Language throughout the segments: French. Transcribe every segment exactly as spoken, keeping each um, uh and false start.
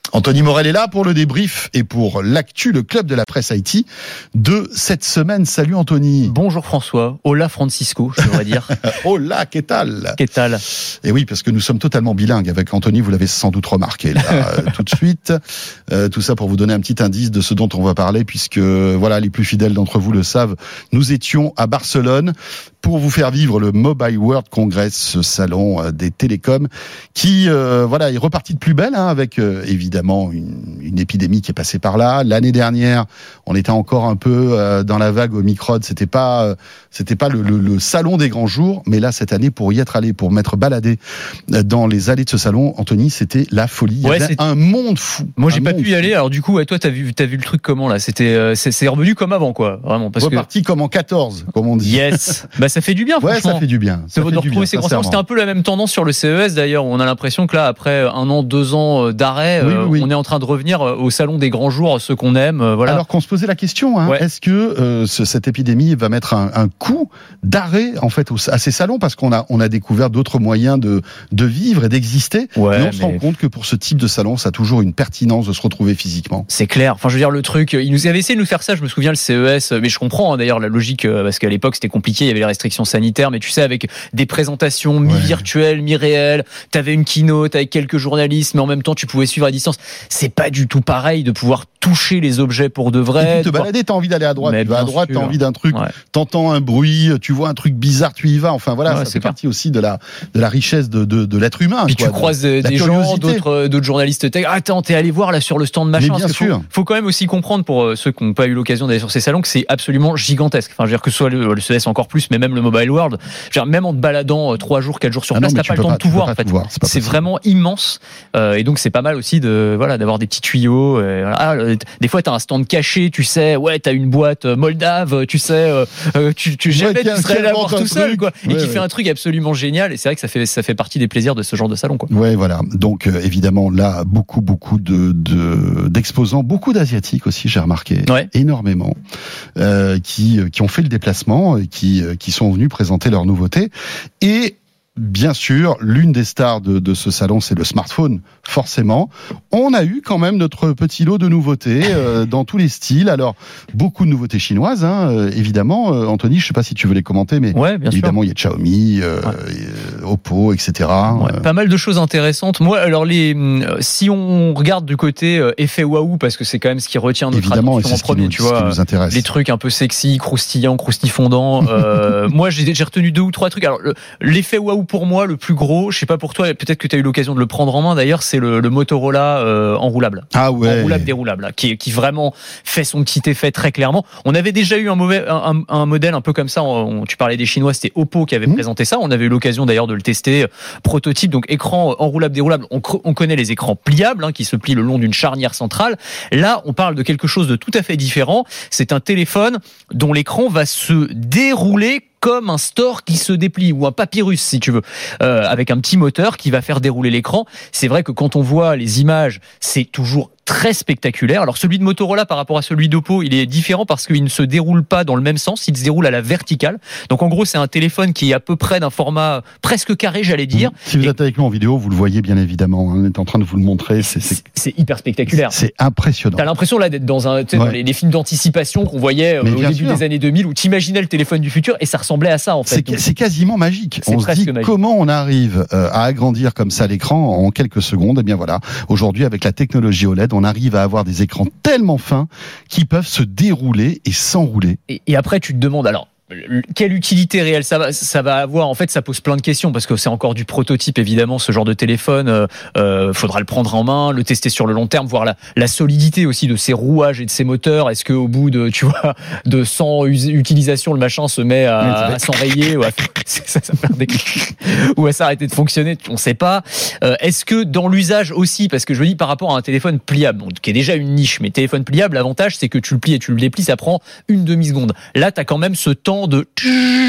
Anthony Morel est là pour le débrief et pour l'actu, le club de la presse I T de cette semaine. Salut Anthony. Bonjour François. Hola Francisco, je devrais dire. Hola, qu'est-ce tal Qu'est-ce tal Et oui, parce que nous sommes totalement bilingues avec Anthony, vous l'avez sans doute remarqué là, euh, tout de suite. Euh, tout ça pour vous donner un petit indice de ce dont on va parler, puisque voilà, les plus fidèles d'entre vous le savent, nous étions à Barcelone pour vous faire vivre le Mobile World Congress, ce salon euh, des télécoms qui euh, voilà est reparti de plus belle, hein, avec euh, évidemment une, une épidémie qui est passée par là. L'année dernière, on était encore un peu euh, dans la vague Omicron. C'était pas euh, c'était pas le, le, le salon des grands jours, mais là cette année, pour y être allé, pour m'être baladé dans les allées de ce salon, Anthony, c'était la folie. Il y ouais, avait un monde fou. Moi, j'ai pas pu y fou. aller. Alors du coup, ouais, toi, t'as vu, t'as vu le truc comment là ? C'était, euh, c'est, c'est revenu comme avant, quoi, vraiment. Parce reparti que... comme en quatorze, comme on dit. Yes. Bah ça fait du bien, ouais, franchement. ça fait du bien. Ça de fait retrouver ces grands salons. C'était un peu la même tendance sur le C E S d'ailleurs. Où on a l'impression que là, après un an, deux ans d'arrêt, oui, oui, oui. on est en train de revenir au salon des grands jours, ceux qu'on aime. Voilà. Alors qu'on se posait la question, hein, ouais. est-ce que euh, ce, cette épidémie va mettre un, un coup d'arrêt en fait à ces salons, parce qu'on a on a découvert d'autres moyens de de vivre et d'exister. Ouais, mais on mais... se rend compte que pour ce type de salon, ça a toujours une pertinence de se retrouver physiquement. C'est clair. Enfin, je veux dire, le truc, ils nous avaient essayé de nous faire ça. Je me souviens le C E S, mais je comprends hein, d'ailleurs la logique parce qu'à l'époque c'était compliqué, il y avait les restrictions sanitaires, mais tu sais, avec des présentations mi-virtuelles, ouais. mi-réelles, t'avais une keynote avec quelques journalistes, mais en même temps tu pouvais suivre à distance. C'est pas du tout pareil de pouvoir toucher les objets pour de vrai. Et puis te balader, t'as envie d'aller à droite, mais tu vas à droite, sûr. T'as envie d'un truc, ouais. t'entends un bruit, tu vois un truc bizarre, tu y vas. Enfin voilà, ouais, ça fait partie aussi de la de la richesse de de, de l'être humain. Puis quoi, tu croises de, des gens, d'autres d'autres journalistes tech. Attends, t'es allé voir là sur le stand machin. Mais bien parce sûr. Faut, faut quand même aussi comprendre pour ceux qui n'ont pas eu l'occasion d'aller sur ces salons que c'est absolument gigantesque. Enfin, je veux dire que ce soit le, le C E S encore plus, mais même le Mobile World. Je veux dire, même en te baladant trois jours, quatre jours sur ah place, non, t'as pas le temps pas, de tout voir. En fait, tout voir, c'est, c'est vraiment immense. Euh, et donc c'est pas mal aussi de voilà d'avoir des petits tuyaux. Et, voilà. Ah, des fois t'as un stand caché, tu sais, ouais, t'as une boîte moldave, tu sais, euh, tu, tu jamais ouais, tu serais là voir tout seul, quoi, et ouais, qui ouais. fait un truc absolument génial. Et c'est vrai que ça fait ça fait partie des plaisirs de ce genre de salon, quoi. Ouais, voilà. Donc euh, évidemment là, beaucoup beaucoup de, de d'exposants, beaucoup d'asiatiques aussi, j'ai remarqué, ouais. énormément, euh, qui qui ont fait le déplacement, et qui qui sont venus présenter leurs nouveautés. Et bien sûr, l'une des stars de, de ce salon, c'est le smartphone, forcément. On a eu quand même notre petit lot de nouveautés euh, dans tous les styles. Alors, beaucoup de nouveautés chinoises, hein, euh, évidemment. Euh, Anthony, je ne sais pas si tu veux les commenter, mais ouais, bien évidemment, sûr. il y a Xiaomi, euh, ouais. et, euh, Oppo, et cetera. Ouais, euh. Pas mal de choses intéressantes. Moi, alors, les, si on regarde du côté euh, effet waouh, parce que c'est quand même ce qui retient notre évidemment, attention en premier, nous, tu vois, nous intéresse. Les trucs un peu sexy, croustillants, croustifondants. euh, moi, j'ai, j'ai retenu deux ou trois trucs. Alors, le, l'effet waouh pour moi, le plus gros, je sais pas pour toi, peut-être que tu as eu l'occasion de le prendre en main d'ailleurs, c'est le, le Motorola euh, enroulable. Ah ouais. Enroulable, déroulable, là, qui, qui vraiment fait son petit effet très clairement. On avait déjà eu un, mauvais, un, un modèle un peu comme ça, on, tu parlais des Chinois, c'était Oppo qui avait mmh. présenté ça, on avait eu l'occasion d'ailleurs de le tester, prototype, donc écran enroulable, déroulable, on, on connaît les écrans pliables hein, qui se plient le long d'une charnière centrale. Là, on parle de quelque chose de tout à fait différent, c'est un téléphone dont l'écran va se dérouler comme un store qui se déplie, ou un papyrus si tu veux, euh, avec un petit moteur qui va faire dérouler l'écran. C'est vrai que quand on voit les images, c'est toujours très spectaculaire. Alors celui de Motorola par rapport à celui d'Oppo, il est différent parce qu'il ne se déroule pas dans le même sens, il se déroule à la verticale. Donc en gros, c'est un téléphone qui est à peu près d'un format presque carré, j'allais dire. Si vous êtes avec nous en vidéo, vous le voyez bien évidemment. On est en train de vous le montrer. C'est, c'est... c'est hyper spectaculaire. C'est impressionnant. T'as l'impression là d'être dans un, tu sais, ouais. dans les, les films d'anticipation qu'on voyait Mais au début sûr. des années deux mille, où t'imaginais le téléphone du futur et ça ressemblait à ça en fait. C'est, Donc, c'est quasiment magique. C'est on se dit magique. Comment on arrive à agrandir comme ça l'écran en quelques secondes. Et bien voilà. Aujourd'hui, avec la technologie O L E D, on arrive à avoir des écrans tellement fins qui peuvent se dérouler et s'enrouler. Et, et après, tu te demandes alors. Quelle utilité réelle ça va, ça va avoir? En fait, ça pose plein de questions parce que c'est encore du prototype, évidemment, ce genre de téléphone. Euh, euh, faudra le prendre en main, le tester sur le long terme, voir la, la solidité aussi de ses rouages et de ses moteurs. Est-ce qu'au bout de, tu vois, de cent utilisations, le machin se met à, à s'enrayer ou à, ça, ça faire des... ou à s'arrêter de fonctionner? On ne sait pas. Euh, est-ce que dans l'usage aussi, parce que je me dis par rapport à un téléphone pliable, bon, qui est déjà une niche, mais téléphone pliable, l'avantage c'est que tu le plies et tu le déplies, ça prend une demi-seconde. Là, tu as quand même ce temps de oui,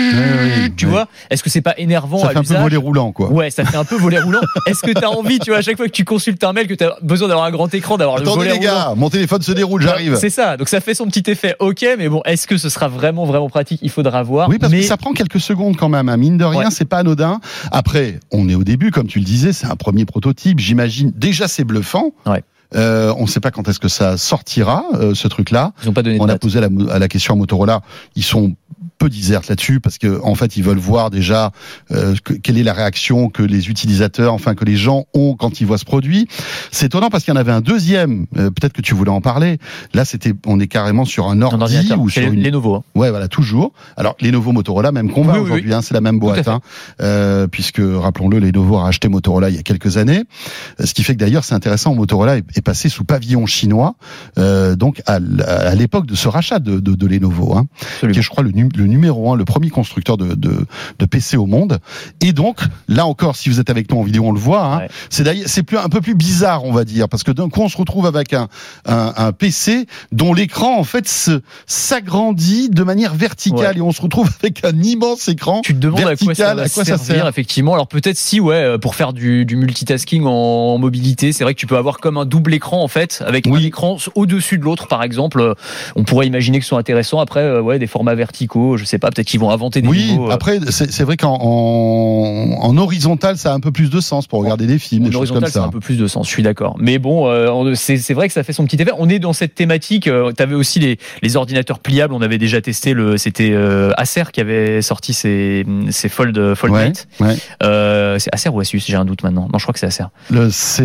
oui, tu oui. vois, est-ce que c'est pas énervant ça à fait l'usage? Un peu volet roulant quoi. Ouais, ça fait un peu volet roulant. Est-ce que tu as envie, tu vois, à chaque fois que tu consultes un mail, que tu as besoin d'avoir un grand écran, d'avoir Attendez le volet les gars, roulant? Mon téléphone se déroule, j'arrive. C'est ça, donc ça fait son petit effet. Ok, mais bon, est-ce que ce sera vraiment vraiment pratique? Il faudra voir. Oui, parce mais... que ça prend quelques secondes quand même, hein. Mine de rien, ouais. C'est pas anodin. Après, on est au début, comme tu le disais, c'est un premier prototype. J'imagine déjà c'est bluffant. Ouais. Euh, on ne sait pas quand est-ce que ça sortira, euh, ce truc-là. Ils ont pas donné de on date. a posé la, à la question à Motorola. Ils sont peu disertes là-dessus parce que en fait ils veulent voir déjà euh, que, quelle est la réaction que les utilisateurs, enfin que les gens ont quand ils voient ce produit. C'est étonnant parce qu'il y en avait un deuxième. Euh, peut-être que tu voulais en parler. Là, c'était, on est carrément sur un ordi ou sur une. Lenovo. Hein. Ouais, voilà, toujours. Alors Lenovo, Motorola, même combat oui, aujourd'hui. Oui. Hein, c'est la même boîte, hein, euh, puisque rappelons-le, Lenovo a racheté Motorola il y a quelques années. Ce qui fait que d'ailleurs, c'est intéressant. Motorola est, est passé sous pavillon chinois, euh, donc à, à l'époque de ce rachat de, de, de Lenovo, hein, qui est, je crois, le, le numéro un, le premier constructeur de, de, de P C au monde. Et donc, là encore, si vous êtes avec nous en vidéo, on le voit. Hein, ouais. C'est d'ailleurs, c'est plus un peu plus bizarre, on va dire, parce que d'un coup, on se retrouve avec un, un, un P C dont l'écran, en fait, se, s'agrandit de manière verticale, ouais. et on se retrouve avec un immense écran. Tu te demandes vertical, à quoi ça va à quoi servir, ça sert effectivement. Alors peut-être si, ouais, pour faire du, du multitasking en mobilité, c'est vrai que tu peux avoir comme un double écran en fait, avec oui. un écran au-dessus de l'autre, par exemple. On pourrait imaginer que ce soit intéressant. Après, ouais, des formats verticaux, je sais pas, peut-être qu'ils vont inventer des oui, niveaux. Oui, après, c'est, c'est vrai qu'en en, en horizontal, ça a un peu plus de sens pour regarder des films, en des choses comme ça. Ça a un peu plus de sens, je suis d'accord. Mais bon, euh, c'est, c'est vrai que ça fait son petit effet. On est dans cette thématique. Euh, tu avais aussi les, les ordinateurs pliables. On avait déjà testé le, c'était euh, Acer qui avait sorti ses, ses Fold, Fold ouais, Mate. Ouais. Euh, c'est Acer ou Asus, j'ai un doute maintenant. Non, je crois que c'est Acer. Le, c'est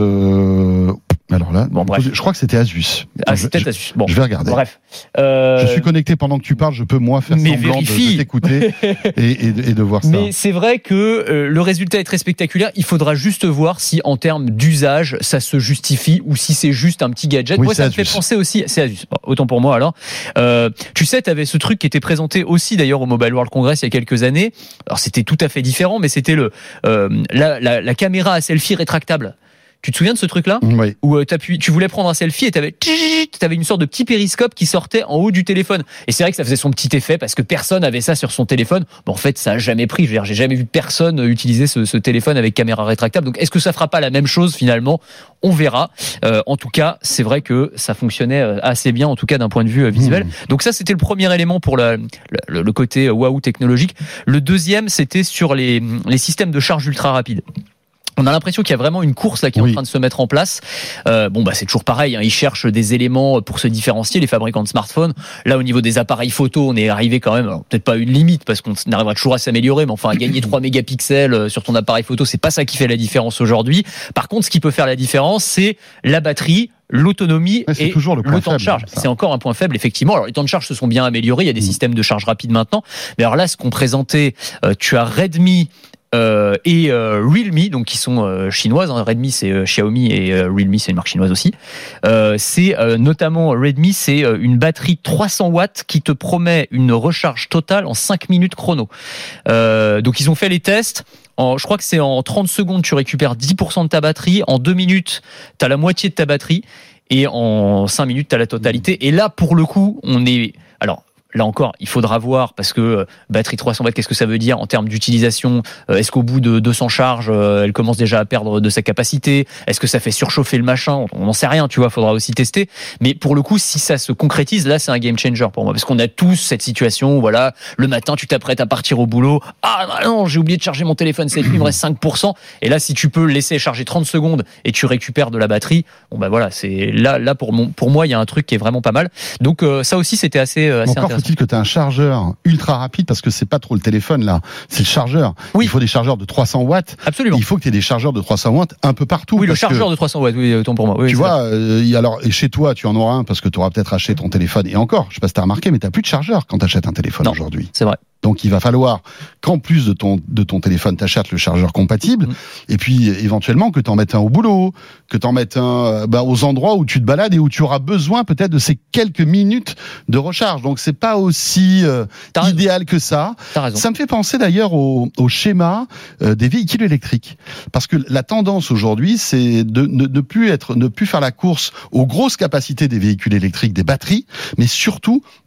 euh... alors là, bon, bref. je crois que c'était Asus. Ah, c'est peut-être Asus. Bon, je vais regarder. Bref, euh... je suis connecté pendant que tu parles. Je peux moi faire mais semblant vérifie. de, de t'écouter et, et, et de voir ça. Mais c'est vrai que euh, le résultat est très spectaculaire. Il faudra juste voir si, en termes d'usage, ça se justifie ou si c'est juste un petit gadget. Oui, moi, ça Asus. me fait penser aussi. C'est Asus. Bon, autant pour moi alors. Euh, tu sais, tu avais ce truc qui était présenté aussi d'ailleurs au Mobile World Congress il y a quelques années. Alors c'était tout à fait différent, mais c'était le euh, la, la, la caméra à selfie rétractable. Tu te souviens de ce truc-là ? Oui. Où euh, tu voulais prendre un selfie et tu avais une sorte de petit périscope qui sortait en haut du téléphone. Et c'est vrai que ça faisait son petit effet parce que personne avait ça sur son téléphone. Bon, en fait, ça a jamais pris. Je veux dire, j'ai jamais vu personne utiliser ce, ce téléphone avec caméra rétractable. Donc, est-ce que ça fera pas la même chose finalement ? On verra. Euh, en tout cas, c'est vrai que ça fonctionnait assez bien, en tout cas d'un point de vue visuel. Mmh. Donc ça, c'était le premier élément pour la, le, le côté waouh technologique. Le deuxième, c'était sur les, les systèmes de charge ultra rapide. On a l'impression qu'il y a vraiment une course là qui est oui. en train de se mettre en place. Euh, bon bah c'est toujours pareil, hein, ils cherchent des éléments pour se différencier, les fabricants de smartphones. Là au niveau des appareils photo, on est arrivé quand même, alors, peut-être pas à une limite parce qu'on arrivera toujours à s'améliorer, mais enfin à gagner trois mégapixels sur ton appareil photo, c'est pas ça qui fait la différence aujourd'hui. Par contre, ce qui peut faire la différence, c'est la batterie, l'autonomie ouais, et toujours le, le temps faible, de charge. ça. C'est encore un point faible, effectivement. Alors, les temps de charge se sont bien améliorés. Il y a des mmh. systèmes de charge rapide maintenant. Mais alors là, ce qu'on présentait, euh, tu as Redmi euh, et euh, Realme, donc qui sont euh, chinoises. Hein. Redmi, c'est euh, Xiaomi et euh, Realme, c'est une marque chinoise aussi. Euh, c'est euh, notamment Redmi, c'est euh, une batterie trois cents watts qui te promet une recharge totale en cinq minutes chrono. Euh, donc, ils ont fait les tests. En, je crois que c'est en trente secondes, tu récupères dix pour cent de ta batterie. En deux minutes, tu as la moitié de ta batterie. Et en cinq minutes, tu as la totalité. Et là, pour le coup, on est... Alors, là encore, il faudra voir, parce que euh, batterie trois cents watts, qu'est-ce que ça veut dire en termes d'utilisation ? euh, Est-ce qu'au bout de deux cents charges, euh, elle commence déjà à perdre de sa capacité ? Est-ce que ça fait surchauffer le machin ? On n'en sait rien, tu vois, faudra aussi tester. Mais pour le coup, si ça se concrétise, là, c'est un game changer pour moi. Parce qu'on a tous cette situation où, voilà, le matin, tu t'apprêtes à partir au boulot. Ah non, j'ai oublié de charger mon téléphone, c'est il me reste cinq pour cent. Et là, si tu peux laisser charger trente secondes et tu récupères de la batterie, bon bah voilà, c'est là, là pour, mon, pour moi, il y a un truc qui est vraiment pas mal. Donc euh, ça aussi, c'était assez, assez Encore intéressant. Faut-il que tu as un chargeur ultra rapide, parce que c'est pas trop le téléphone là, c'est le chargeur. Oui. Il faut des chargeurs de trois cents watts. Absolument. Il faut que tu aies des chargeurs de trois cents watts un peu partout. Oui, le chargeur de trois cents watts, oui, autant pour moi. Oui, tu vois, euh, alors et chez toi, tu en auras un parce que tu auras peut-être acheté ton téléphone. Et encore, je sais pas si tu as remarqué, mais tu n'as plus de chargeur quand tu achètes un téléphone non, aujourd'hui. C'est vrai. Donc il va falloir qu'en plus de ton de ton téléphone, t'achètes le chargeur compatible, mmh. et puis éventuellement que t'en mettes un au boulot, que t'en mettes un bah, aux endroits où tu te balades et où tu auras besoin peut-être de ces quelques minutes de recharge. Donc c'est pas aussi euh, idéal raison. que ça. T'as raison. Ça me fait penser d'ailleurs au, au schéma euh, des véhicules électriques, parce que la tendance aujourd'hui, c'est de ne, ne plus être, ne plus faire la course aux grosses capacités des véhicules électriques, des batteries, mais surtout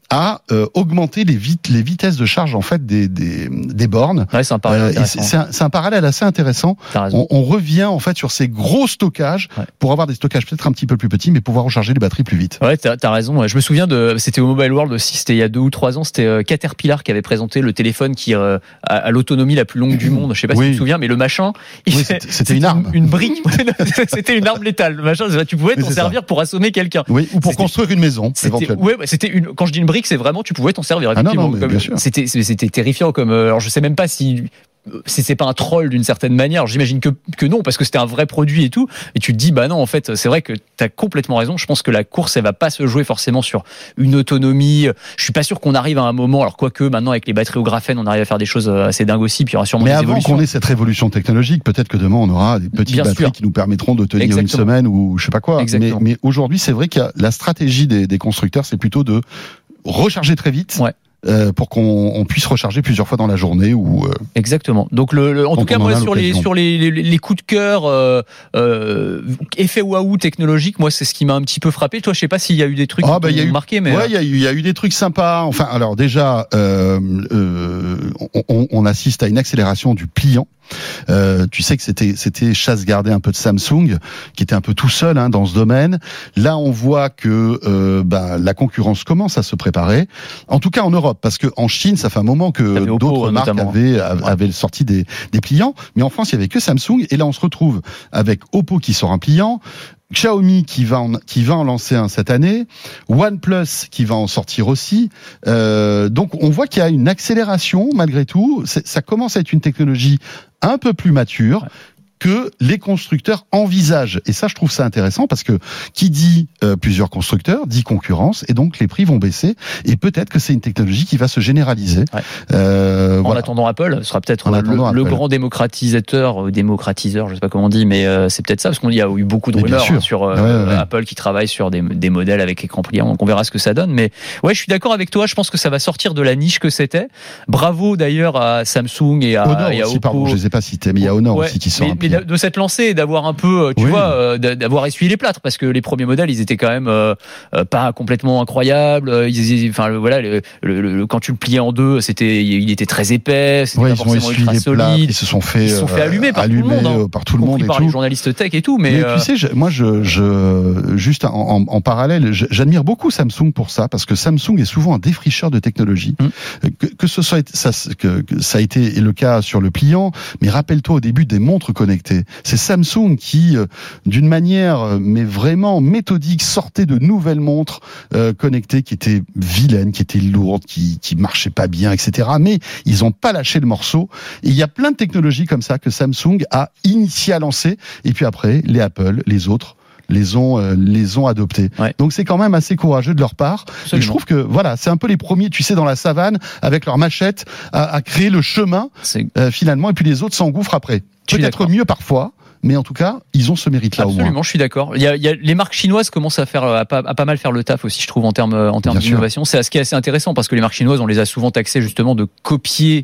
à euh, augmenter les, vit- les vitesses de charge en fait des, des, des bornes. Ouais, c'est un parallèle Euh, et intéressant. c'est, c'est, un, c'est un parallèle assez intéressant. T'as raison. On, on revient en fait sur ces gros stockages Ouais. pour avoir des stockages peut-être un petit peu plus petits, mais pouvoir recharger les batteries plus vite. Ouais, t'as, t'as raison. Je me souviens de, c'était au Mobile World aussi, c'était il y a deux ou trois ans, c'était euh, Caterpillar qui avait présenté le téléphone qui euh, a, a l'autonomie la plus longue du monde. Je sais pas Oui. si tu te souviens, mais le machin, il- Oui, c'était, c'était une arme. une, brique. C'était une arme létale. Le machin, tu pouvais Oui, t'en c'est servir pour assommer quelqu'un. Oui, ou pour C'était- construire une maison, C'était, éventuellement. ouais, ouais, c'était une. Quand je dis une brique, c'est vraiment tu pouvais t'en servir. Ah non, Effectivement, non, mais comme- bien sûr. C'était, c'était terrifiant comme. euh, Alors je sais même pas si. Si c'est pas un troll d'une certaine manière, j'imagine que, que non, parce que c'était un vrai produit et tout. Et tu te dis, bah non, en fait, c'est vrai que t'as complètement raison. Je pense que la course, elle va pas se jouer forcément sur une autonomie. Je suis pas sûr qu'on arrive à un moment, alors quoique maintenant avec les batteries au graphène, on arrive à faire des choses assez dingues aussi, puis il y aura sûrement Mais des avant évolutions. qu'on ait cette révolution technologique, peut-être que demain on aura des petites Bien batteries sûr. qui nous permettront de tenir Exactement. une semaine ou je sais pas quoi. Mais, Exactement. mais aujourd'hui, c'est vrai que la stratégie des, des constructeurs, c'est plutôt de recharger très vite. Ouais. Euh, pour qu'on on puisse recharger plusieurs fois dans la journée ou euh, Exactement. Donc le, le- en Quand tout cas on en moi a sur les l'occasion. sur les, les, les coups de cœur euh, euh, effet waouh technologique, moi c'est ce qui m'a un petit peu frappé. Toi je sais pas s'il y a eu des trucs Ah, qui bah, il y a t'ont eu- marqué, mais ouais, euh, il y a eu il y a eu des trucs sympas. Enfin, alors déjà, euh, euh, on, on- on assiste à une accélération du pliant. Euh, tu sais que c'était c'était chasse gardée un peu de Samsung, qui était un peu tout seul hein, dans ce domaine. Là, on voit que euh, bah, la concurrence commence à se préparer. En tout cas en Europe, parce que en Chine, ça fait un moment que T'avais Oppo, d'autres marques notamment. avaient avaient sorti des des pliants, mais en France, il y avait que Samsung. Et là, on se retrouve avec Oppo qui sort un pliant. Xiaomi qui va en, qui va en lancer un cette année, OnePlus qui va en sortir aussi. Euh, donc on voit qu'il y a une accélération malgré tout. C'est, ça commence à être une technologie un peu plus mature. Ouais. Que les constructeurs envisagent. Et ça, je trouve ça intéressant parce que qui dit euh, plusieurs constructeurs dit concurrence et donc les prix vont baisser et peut-être que c'est une technologie qui va se généraliser. Ouais. Euh, en voilà. attendant Apple, ce sera peut-être En le, attendant le Apple. grand démocratisateur, euh, démocratiseur, je sais pas comment on dit, mais euh, c'est peut-être ça parce qu'on y a eu beaucoup de Mais bien rumeurs sûr. hein, sur euh, Ouais, ouais, ouais. Apple qui travaille sur des, des modèles avec écran pliant. Donc on verra ce que ça donne. Mais ouais, je suis d'accord avec toi. Je pense que ça va sortir de la niche que c'était. Bravo d'ailleurs à Samsung et à, Honor et à aussi, Oppo. pardon, je les ai pas cités, mais il y a Honor Ouais, aussi qui sort mais, un mais pliant. de s'être lancé et d'avoir un peu, tu Oui. vois, euh, d'avoir essuyé les plâtres, parce que les premiers modèles, ils étaient quand même euh, euh, pas complètement incroyables. Ils, ils- enfin, le- voilà, le, le, le- quand tu le pliais en deux, c'était, il était très épais, c'était Ouais, pas ils ont forcément essuyé ultra les plâtres, solide. ils se sont fait, Ils se sont fait euh, allumer par tout le allumer, monde, hein. euh, par tout le compris monde et par les tout. journalistes tech et tout, mais, Mais euh, tu sais, je- moi, je, je, juste en, en, en parallèle, je- j'admire beaucoup Samsung pour ça, parce que Samsung est souvent un défricheur de technologie. Mm. Que, que ce soit ça, que, que ça a été le cas sur le pliant, mais rappelle-toi au début des montres connectées. C'est Samsung qui, euh, d'une manière, euh, mais vraiment méthodique, sortait de nouvelles montres euh, connectées qui étaient vilaines, qui étaient lourdes, qui, qui marchaient pas bien, et cetera. Mais ils ont pas lâché le morceau. Et il y a plein de technologies comme ça que Samsung a initié à lancer. Et puis après, les Apple, les autres, les ont euh, les ont adoptés. Ouais. Donc c'est quand même assez courageux de leur part. Absolument. Et je trouve que voilà, c'est un peu les premiers, tu sais, dans la savane avec leur machette à, à créer le chemin c'est euh, finalement, et puis les autres s'engouffrent après. Je suis Peut-être d'accord. mieux parfois, mais en tout cas, ils ont ce mérite-là au moins. absolument, je suis d'accord. Il y a, il y a les marques chinoises commencent à faire à pas, à pas mal faire le taf aussi, je trouve, en termes en termes Bien sûr. d'innovation. C'est ce qui est assez intéressant parce que les marques chinoises, on les a souvent taxées justement de copier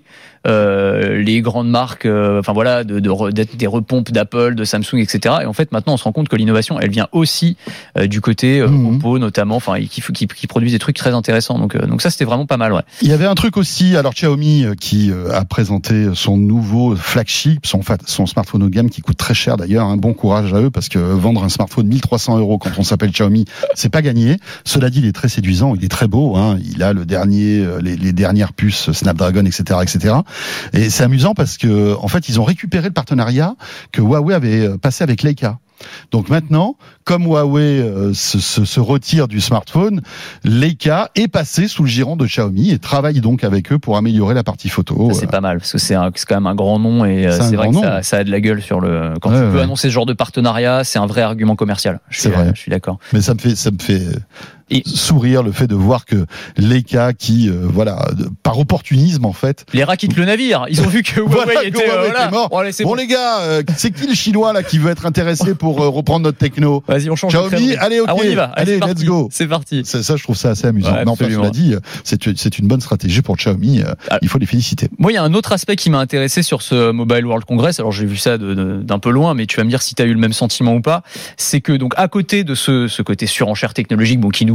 euh, les grandes marques, euh, enfin voilà, de, de re- d'être des repompes d'Apple, de Samsung, et cetera. Et en fait, maintenant, on se rend compte que l'innovation, elle vient aussi euh, du côté euh, Mhm. Oppo notamment, enfin, qui, qui, qui produisent des trucs très intéressants. Donc, euh, donc ça, c'était vraiment pas mal, ouais. Il y avait un truc aussi, alors Xiaomi euh, qui euh, a présenté son nouveau flagship, son, fa- son smartphone haut de gamme qui coûte très cher d'ailleurs, un bon courage à eux parce que vendre un smartphone mille trois cents euros quand on s'appelle Xiaomi, c'est pas gagné. Cela dit, il est très séduisant, il est très beau, hein, il a le dernier, euh, les, les dernières puces Snapdragon, et cetera, et cetera. Et c'est amusant parce que en fait, ils ont récupéré le partenariat que Huawei avait euh, passé avec Leica. Donc maintenant, comme Huawei euh, se, se, se retire du smartphone, Leica est passé sous le giron de Xiaomi et travaille donc avec eux pour améliorer la partie photo. Ça, c'est Euh, pas mal parce que c'est, un- c'est quand même un grand nom et euh, C'est un c'est vrai grand que nom. ça, ça a de la gueule sur le. Quand Ouais, tu peux ouais. annoncer ce genre de partenariat, c'est un vrai argument commercial. Je suis, C'est vrai. euh, je suis d'accord. Mais ça me fait, ça me fait euh, Et- sourire le fait de voir que Leica, qui, euh, voilà, de- par opportunisme en fait. Les rats quittent le navire. Ils ont vu que Huawei Voilà, que était, Huawei euh, était voilà. mort. Bon, allez, c'est Bon, bon. les gars, euh, c'est qui le chinois là qui veut être intéressé pour euh, reprendre notre techno? Vas-y, on change de Xiaomi, créneau. allez, ok, Ah, on y va. allez, c'est let's parti. go. C'est parti. Ça, ça, je trouve ça assez amusant. Ouais, non, enfin, absolument. cela dit, euh, c'est, c'est une bonne stratégie pour Xiaomi. euh, Ah. Il faut les féliciter. Moi, il y a un autre aspect qui m'a intéressé sur ce Mobile World Congress. Alors, j'ai vu ça de, de, d'un peu loin, mais tu vas me dire si tu as eu le même sentiment ou pas. C'est que, donc, à côté de ce, ce côté surenchère technologique, bon, qui nous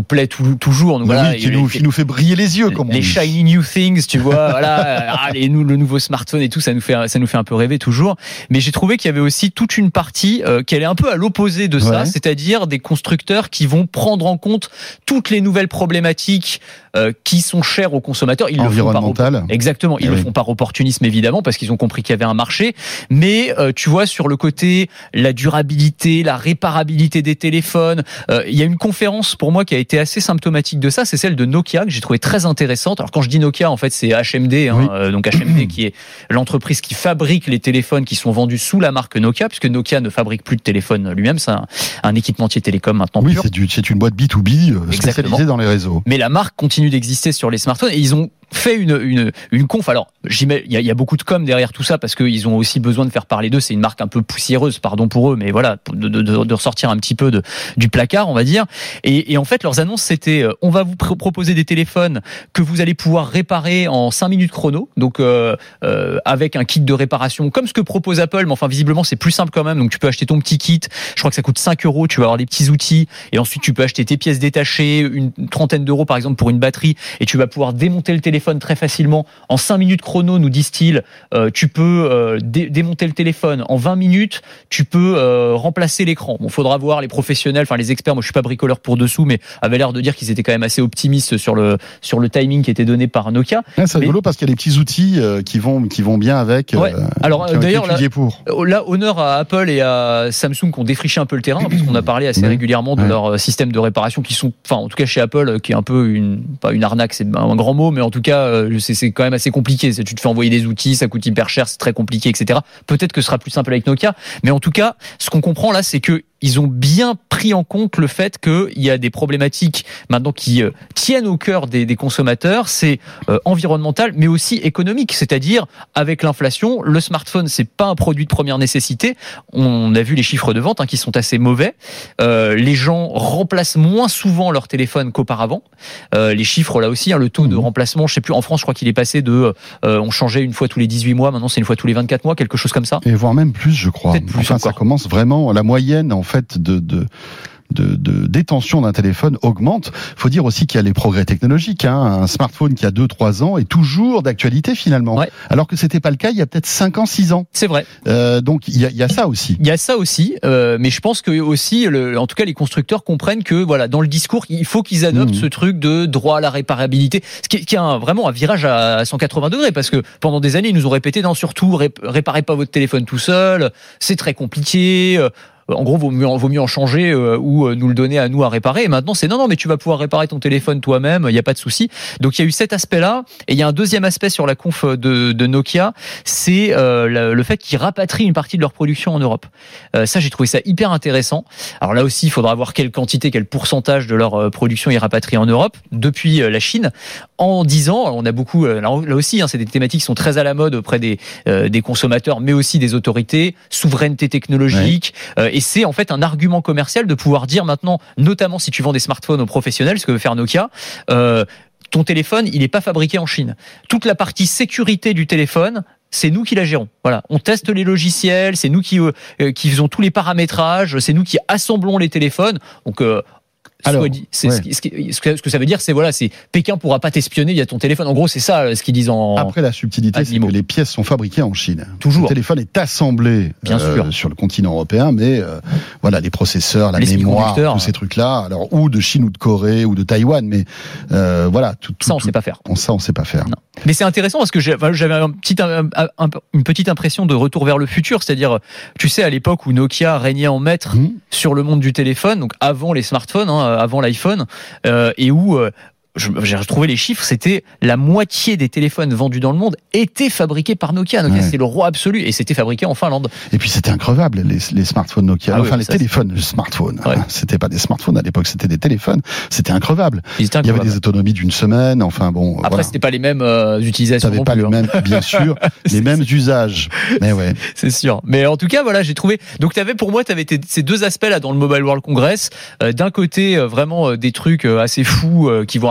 plaît tout, toujours. Donc, bah voilà, oui, qui, nous, qui nous fait briller les yeux, comme on les dit. shiny new things, tu vois, voilà, ah, les, nous, le nouveau smartphone et tout, ça nous fait, ça nous fait un peu rêver toujours. Mais j'ai trouvé qu'il y avait aussi toute une partie euh, qui allait un peu à l'opposé de ça, ouais. c'est-à-dire des constructeurs qui vont prendre en compte toutes les nouvelles problématiques euh, qui sont chères aux consommateurs. Ils environnementales. Le font par, exactement, ils eh le oui. font par opportunisme évidemment parce qu'ils ont compris qu'il y avait un marché. Mais euh, tu vois, sur le côté la durabilité, la réparabilité des téléphones, euh, il y a une conférence pour moi qui a été assez symptomatique de ça, c'est celle de Nokia que j'ai trouvé très intéressante. Alors quand je dis Nokia, en fait c'est H M D, hein, oui. euh, donc H M D qui est l'entreprise qui fabrique les téléphones qui sont vendus sous la marque Nokia, puisque Nokia ne fabrique plus de téléphone lui-même, c'est un, un équipementier télécom maintenant. Oui, pur. c'est, du, c'est une boîte B to B euh, spécialisée dans les réseaux. Mais la marque continue d'exister sur les smartphones et ils ont fait une une une conf. Alors, il y a, y a beaucoup de com derrière tout ça parce qu'ils ont aussi besoin de faire parler d'eux. C'est une marque un peu poussiéreuse, pardon pour eux, mais voilà, de, de, de, de ressortir un petit peu de du placard, on va dire. Et, et en fait, leurs annonces c'était, euh, on va vous pr- proposer des téléphones que vous allez pouvoir réparer en cinq minutes chrono, donc euh, euh, avec un kit de réparation comme ce que propose Apple, mais enfin visiblement c'est plus simple quand même. Donc tu peux acheter ton petit kit. Je crois que ça coûte cinq euros. Tu vas avoir des petits outils et ensuite tu peux acheter tes pièces détachées, une trentaine d'euros par exemple pour une batterie, et tu vas pouvoir démonter le téléphone très facilement en cinq minutes chrono, nous disent-ils. Euh, tu peux euh, dé- démonter le téléphone en vingt minutes, tu peux euh, remplacer l'écran. Bon, faudra voir les professionnels, enfin les experts, moi je suis pas bricoleur pour dessous, mais avaient l'air de dire qu'ils étaient quand même assez optimistes sur le sur le timing qui était donné par Nokia. Là, c'est mais... rigolo parce qu'il y a des petits outils euh, qui vont qui vont bien avec. Ouais. Euh, Alors d'ailleurs là, pour. là, honneur à Apple et à Samsung qui ont défriché un peu le terrain, parce qu'on a parlé assez ouais. régulièrement de ouais. leur système de réparation qui sont, enfin en tout cas chez Apple, qui est un peu une pas une arnaque, c'est un grand mot, mais en tout cas c'est, c'est quand même assez compliqué. C'est, tu te fais envoyer des outils, ça coûte hyper cher, c'est très compliqué, et cetera. Peut-être que ce sera plus simple avec Nokia, mais en tout cas, ce qu'on comprend là, c'est que ils ont bien pris en compte le fait qu'il y a des problématiques maintenant qui euh, tiennent au cœur des, des consommateurs, c'est euh, environnemental, mais aussi économique. C'est-à-dire, avec l'inflation, le smartphone, c'est pas un produit de première nécessité. On a vu les chiffres de vente hein, qui sont assez mauvais. Euh, les gens remplacent moins souvent leur téléphone qu'auparavant. Euh, les chiffres, là aussi, hein, le taux mmh. de remplacement, je sais plus, en France, je crois qu'il est passé de, euh, on changeait une fois tous les dix-huit mois, maintenant c'est une fois tous les vingt-quatre mois, quelque chose comme ça. Et voire même plus, je crois. Peut-être plus enfin, encore. Ça commence vraiment, la moyenne, en fait, de, de, de, de détention d'un téléphone augmente. Faut dire aussi qu'il y a les progrès technologiques. Hein. Un smartphone qui a deux trois ans est toujours d'actualité finalement. Ouais. Alors que c'était pas le cas il y a peut-être cinq ans, six ans. C'est vrai. Euh, donc il y a, il y a ça aussi. Il y a ça aussi, euh, mais je pense que aussi, le, en tout cas, les constructeurs comprennent que voilà, dans le discours, il faut qu'ils adoptent mmh. ce truc de droit à la réparabilité, ce qui est, qui est un, vraiment un virage à cent quatre-vingts degrés, parce que pendant des années, ils nous ont répété non, surtout ré, réparez pas votre téléphone tout seul, c'est très compliqué. Euh, En gros, vaut mieux, vaut mieux en changer euh, ou euh, nous le donner à nous à réparer. Et maintenant, c'est non, non, mais tu vas pouvoir réparer ton téléphone toi-même. Il n'y a pas de souci. Donc, il y a eu cet aspect-là. Et il y a un deuxième aspect sur la conf de, de Nokia, c'est euh, le, le fait qu'ils rapatrient une partie de leur production en Europe. Euh, ça, j'ai trouvé ça hyper intéressant. Alors là aussi, il faudra voir quelle quantité, quel pourcentage de leur euh, production ils rapatrient en Europe depuis euh, la Chine. En dix ans, on a beaucoup. Euh, là, là aussi, hein, c'est des thématiques qui sont très à la mode auprès des euh, des consommateurs, mais aussi des autorités. Souveraineté technologique. Ouais. Euh, Et c'est en fait un argument commercial de pouvoir dire maintenant, notamment si tu vends des smartphones aux professionnels, ce que veut faire Nokia, euh, ton téléphone, il n'est pas fabriqué en Chine. Toute la partie sécurité du téléphone, c'est nous qui la gérons. Voilà, on teste les logiciels, c'est nous qui euh, qui faisons tous les paramétrages, c'est nous qui assemblons les téléphones. Donc euh, Alors, c'est, ouais. ce, qui, ce, que, ce que ça veut dire, c'est voilà, c'est Pékin pourra pas t'espionner via ton téléphone. En gros, c'est ça ce qu'ils disent en. Après, la subtilité, c'est que les pièces sont fabriquées en Chine. Toujours. Le téléphone est assemblé Bien euh, sûr. sur le continent européen, mais euh, voilà, les processeurs, la les mémoire, tous ces trucs-là, alors ou de Chine ou de Corée ou de Taïwan, mais euh, voilà, tout, tout, ça, on tout, sait pas faire. On, ça, on sait pas faire. Non. Mais c'est intéressant parce que j'avais un petit, un, un, une petite impression de retour vers le futur, c'est-à-dire, tu sais, à l'époque où Nokia régnait en maître mmh. sur le monde du téléphone, donc avant les smartphones, hein, avant l'iPhone, euh, et où euh, j'ai retrouvé les chiffres, c'était la moitié des téléphones vendus dans le monde étaient fabriqués par Nokia. Nokia, ouais. c'était le roi absolu, et c'était fabriqué en Finlande. Et puis c'était increvable, les, les smartphones Nokia, ah, enfin oui, les téléphones, les smartphones. Ouais. C'était pas des smartphones à l'époque, c'était des téléphones. C'était increvable. Il y avait des autonomies d'une semaine. Enfin bon. Après, voilà. c'était pas les mêmes euh, utilisations. T'avais pas plus, les hein. mêmes, bien sûr, les mêmes usages. Mais ouais. C'est sûr. Mais en tout cas, voilà, j'ai trouvé. Donc, t'avais pour moi, t'avais tes, ces deux aspects là dans le Mobile World Congress. Euh, d'un côté, euh, vraiment euh, des trucs euh, assez fous euh, qui vont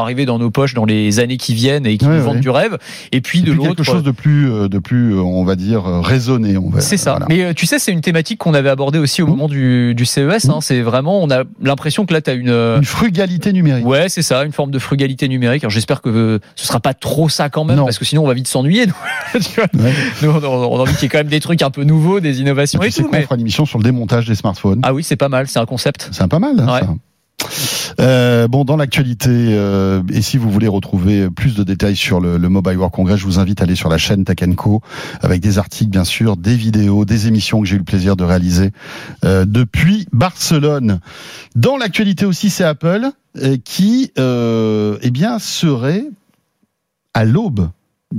arriver dans nos poches dans les années qui viennent et qui ouais, nous vendent ouais. du rêve. Et puis et de puis l'autre, quelque chose de plus, de plus, on va dire raisonné. On va, c'est ça. Voilà. Mais euh, tu sais, c'est une thématique qu'on avait abordée aussi au mmh. moment du, du C E S. Mmh. Hein. C'est vraiment, on a l'impression que là, tu as une une frugalité numérique. Ouais, c'est ça, une forme de frugalité numérique. Alors j'espère que euh, ce sera pas trop ça quand même, non. parce que sinon on va vite s'ennuyer. Tu vois ouais. Nous, on, on a envie qu'il y ait quand même des trucs un peu nouveaux, des innovations et, et tout. Mais on fera une émission sur le démontage des smartphones. Ah oui, c'est pas mal, c'est un concept. C'est un pas mal. Hein, ouais. ça. Euh, bon, dans l'actualité, euh, et si vous voulez retrouver plus de détails sur le, le Mobile World Congress, je vous invite à aller sur la chaîne Tech and Co avec des articles, bien sûr, des vidéos, des émissions que j'ai eu le plaisir de réaliser euh, depuis Barcelone. Dans l'actualité aussi, c'est Apple euh, qui, euh, eh bien, serait à l'aube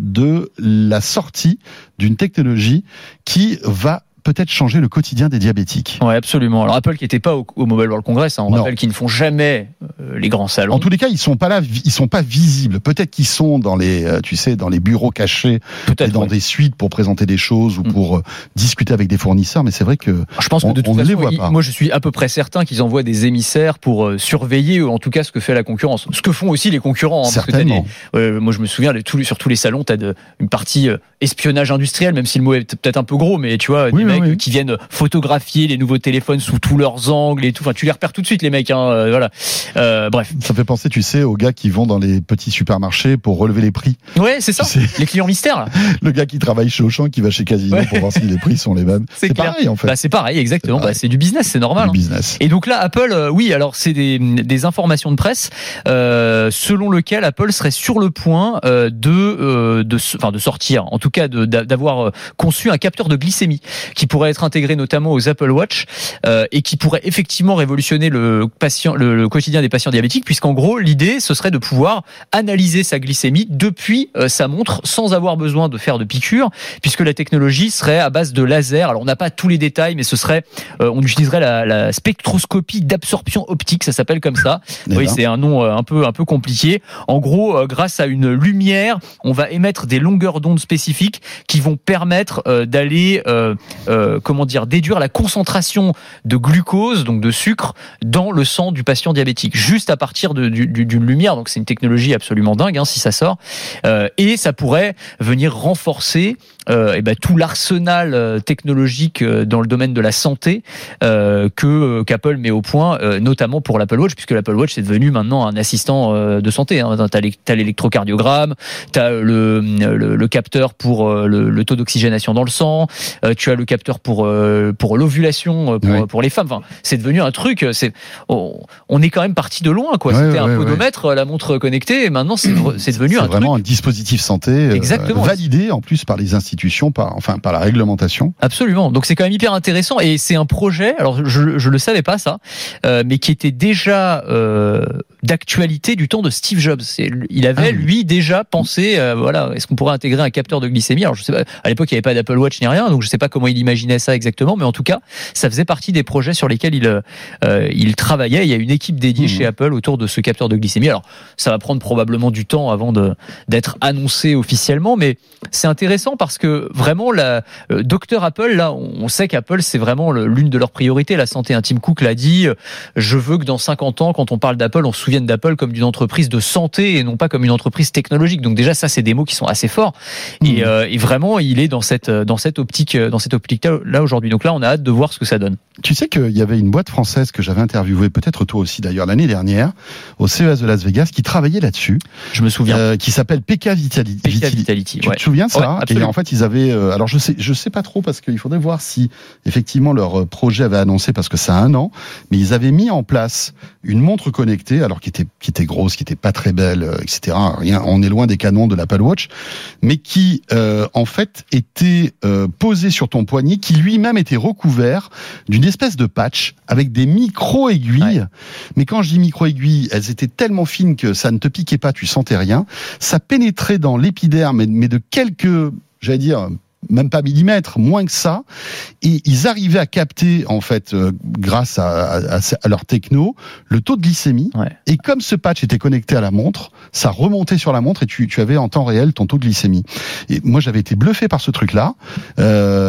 de la sortie d'une technologie qui va peut-être changer le quotidien des diabétiques. Oui, absolument. Alors Apple qui n'était pas au, au Mobile World Congress, hein, on non. rappelle qu'ils ne font jamais euh, les grands salons. En tous les cas, ils sont pas là, ils sont pas visibles. Peut-être qu'ils sont dans les, euh, tu sais, dans les bureaux cachés, et dans ouais. des suites pour présenter des choses ou mm. pour euh, discuter avec des fournisseurs. Mais c'est vrai que je pense on, que de toute on façon, ne les voit ils, pas. Moi, je suis à peu près certain qu'ils envoient des émissaires pour euh, surveiller, ou en tout cas ce que fait la concurrence. Ce que font aussi les concurrents. Hein, Certainement. Parce que des, euh, moi, je me souviens, les, tous, sur tous les salons, tu as une partie euh, espionnage industriel, même si le mot est peut-être un peu gros, mais tu vois, oui, des oui, mecs oui. qui viennent photographier les nouveaux téléphones sous tous leurs angles et tout. Enfin, tu les repères tout de suite, les mecs. Hein, euh, voilà. Euh, bref. Ça fait penser, tu sais, aux gars qui vont dans les petits supermarchés pour relever les prix. Ouais, c'est ça. Tu sais, les clients mystères. Là. Le gars qui travaille chez Auchan, qui va chez Casino ouais. pour voir si les prix sont les mêmes. C'est, c'est pareil, en fait. Bah, c'est pareil, exactement. C'est, pareil. Bah, c'est du business, c'est normal. Du hein. business. Et donc là, Apple, euh, oui, alors c'est des, des informations de presse euh, selon lesquelles Apple serait sur le point euh, de, euh, de, enfin, de sortir, en tout cas, de, d'avoir conçu un capteur de glycémie qui pourrait être intégré notamment aux Apple Watch euh, et qui pourrait effectivement révolutionner le patient, le, le quotidien des patients diabétiques, puisqu'en gros l'idée ce serait de pouvoir analyser sa glycémie depuis euh, sa montre sans avoir besoin de faire de piqûres, puisque la technologie serait à base de laser. Alors on n'a pas tous les détails, mais ce serait, euh, on utiliserait la, la spectroscopie d'absorption optique, ça s'appelle comme ça. Et oui, là. C'est un nom euh, un peu un peu compliqué. En gros, euh, grâce à une lumière, on va émettre des longueurs d'onde spécifiques qui vont permettre euh, d'aller, euh, euh, comment dire, déduire la concentration de glucose, donc de sucre, dans le sang du patient diabétique, juste à partir de, du, d'une lumière. Donc c'est une technologie absolument dingue hein, si ça sort. Euh, et ça pourrait venir renforcer euh, et ben, tout l'arsenal euh, technologique euh, dans le domaine de la santé euh, que euh, qu'Apple met au point, euh, notamment pour l'Apple Watch, puisque l'Apple Watch c'est devenu maintenant un assistant euh, de santé. Hein. T'as, t'as l'électrocardiogramme, t'as le, le, le capteur pour euh, le, le taux d'oxygénation dans le sang, euh, tu as le capteur pour euh, pour l'ovulation pour, oui. pour les femmes. Enfin, c'est devenu un truc. C'est on, on est quand même parti de loin, quoi. Ouais, C'était ouais, un podomètre, ouais. la montre connectée, et maintenant c'est c'est devenu c'est un vraiment truc. un dispositif santé Exactement. Euh, validé en plus par les institutions, par enfin par la réglementation. Absolument. Donc c'est quand même hyper intéressant et c'est un projet. Alors je je le savais pas ça, euh, mais qui était déjà euh, d'actualité du temps de Steve Jobs. C'est, il avait ah, lui déjà pensé, euh, voilà, est-ce qu'on pourrait intégrer un capteur de glycémie? Alors je sais pas. À l'époque il n'y avait pas d'Apple Watch ni rien, donc je sais pas comment il imaginait ça exactement, mais en tout cas ça faisait partie des projets sur lesquels il euh, il travaillait. Il y a une équipe dédiée mmh. chez Apple autour de ce capteur de glycémie. Alors ça va prendre probablement du temps avant de d'être annoncé officiellement, mais c'est intéressant parce que vraiment la euh, docteur Apple là, on sait qu'Apple c'est vraiment le, l'une de leurs priorités, la santé. Tim Cook l'a dit, je veux que dans cinquante ans, quand on parle d'Apple, on se souvienne d'Apple comme d'une entreprise de santé et non pas comme une entreprise technologique. Donc déjà ça c'est des mots qui sont assez forts mmh. et, euh, et vraiment il est dans cette dans cette optique dans cette optique là aujourd'hui. Donc là on a hâte de voir ce que ça donne. Tu sais qu'il y avait une boîte française que j'avais interviewée, peut-être toi aussi d'ailleurs, l'année dernière, au C E S de Las Vegas, qui travaillait là-dessus. Je me souviens. Euh, qui s'appelle P K Vitality. P K Vitality, tu ouais. te souviens de ça? Ouais, et en fait, ils avaient, euh, alors je sais, je sais pas trop parce qu'il faudrait voir si effectivement leur projet avait annoncé, parce que ça a un an, mais ils avaient mis en place une montre connectée, alors qui était, qui était grosse, qui était pas très belle, euh, et cetera. Rien, on est loin des canons de l'Apple Watch, mais qui, euh, en fait, était euh, posée sur ton poignet, qui lui-même était recouvert d'une espèce de patch avec des micro-aiguilles. Ouais. Mais quand je dis micro-aiguilles, elles étaient tellement fines que ça ne te piquait pas, tu sentais rien. Ça pénétrait dans l'épiderme, mais de quelques, j'allais dire, même pas millimètres, moins que ça, et ils arrivaient à capter, en fait, euh, grâce à, à, à leur techno, le taux de glycémie, ouais. Et comme ce patch était connecté à la montre, ça remontait sur la montre et tu, tu avais en temps réel ton taux de glycémie. Et moi, j'avais été bluffé par ce truc-là, euh, et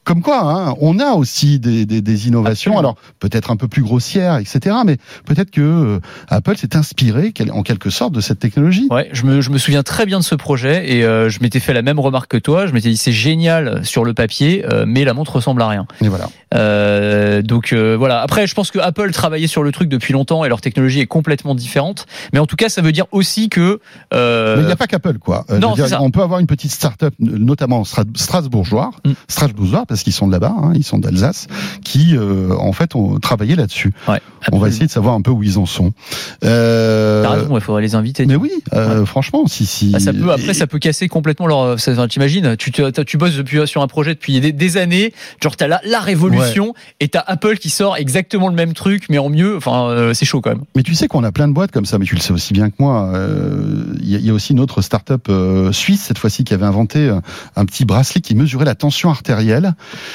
comme quoi, hein, on a aussi des, des, des innovations, Absolument. alors peut-être un peu plus grossières, et cetera. Mais peut-être que euh, Apple s'est inspiré en quelque sorte de cette technologie. Ouais, je me, je me souviens très bien de ce projet et euh, je m'étais fait la même remarque que toi. Je m'étais dit c'est génial sur le papier, euh, mais la montre ressemble à rien. Et voilà. Euh, donc euh, voilà. Après, je pense que Apple travaillait sur le truc depuis longtemps et leur technologie est complètement différente. Mais en tout cas, ça veut dire aussi que. Euh... Mais il n'y a pas qu'Apple, quoi. Euh, non, dire, c'est ça. On peut avoir une petite start-up, notamment strasbourgeois, mm. strasbourgeois, parce qu'ils sont de là-bas, hein, ils sont d'Alsace, qui euh, en fait ont travaillé là-dessus. Ouais, on va essayer de savoir un peu où ils en sont. Euh... T'as raison, il faudrait les inviter. Mais oui, euh, ouais. franchement, si si. Ah, ça peut. Après, et... ça peut casser complètement leur. Ça, t'imagines, tu tu, tu bosses depuis sur un projet depuis des, des années, genre t'as la, la révolution ouais. et t'as Apple qui sort exactement le même truc mais en mieux. Enfin, euh, c'est chaud quand même. Mais tu sais qu'on a plein de boîtes comme ça, mais tu le sais aussi bien que moi. Il euh, y, y a aussi une autre start-up euh, suisse cette fois-ci qui avait inventé un, un petit bracelet qui mesurait la tension artérielle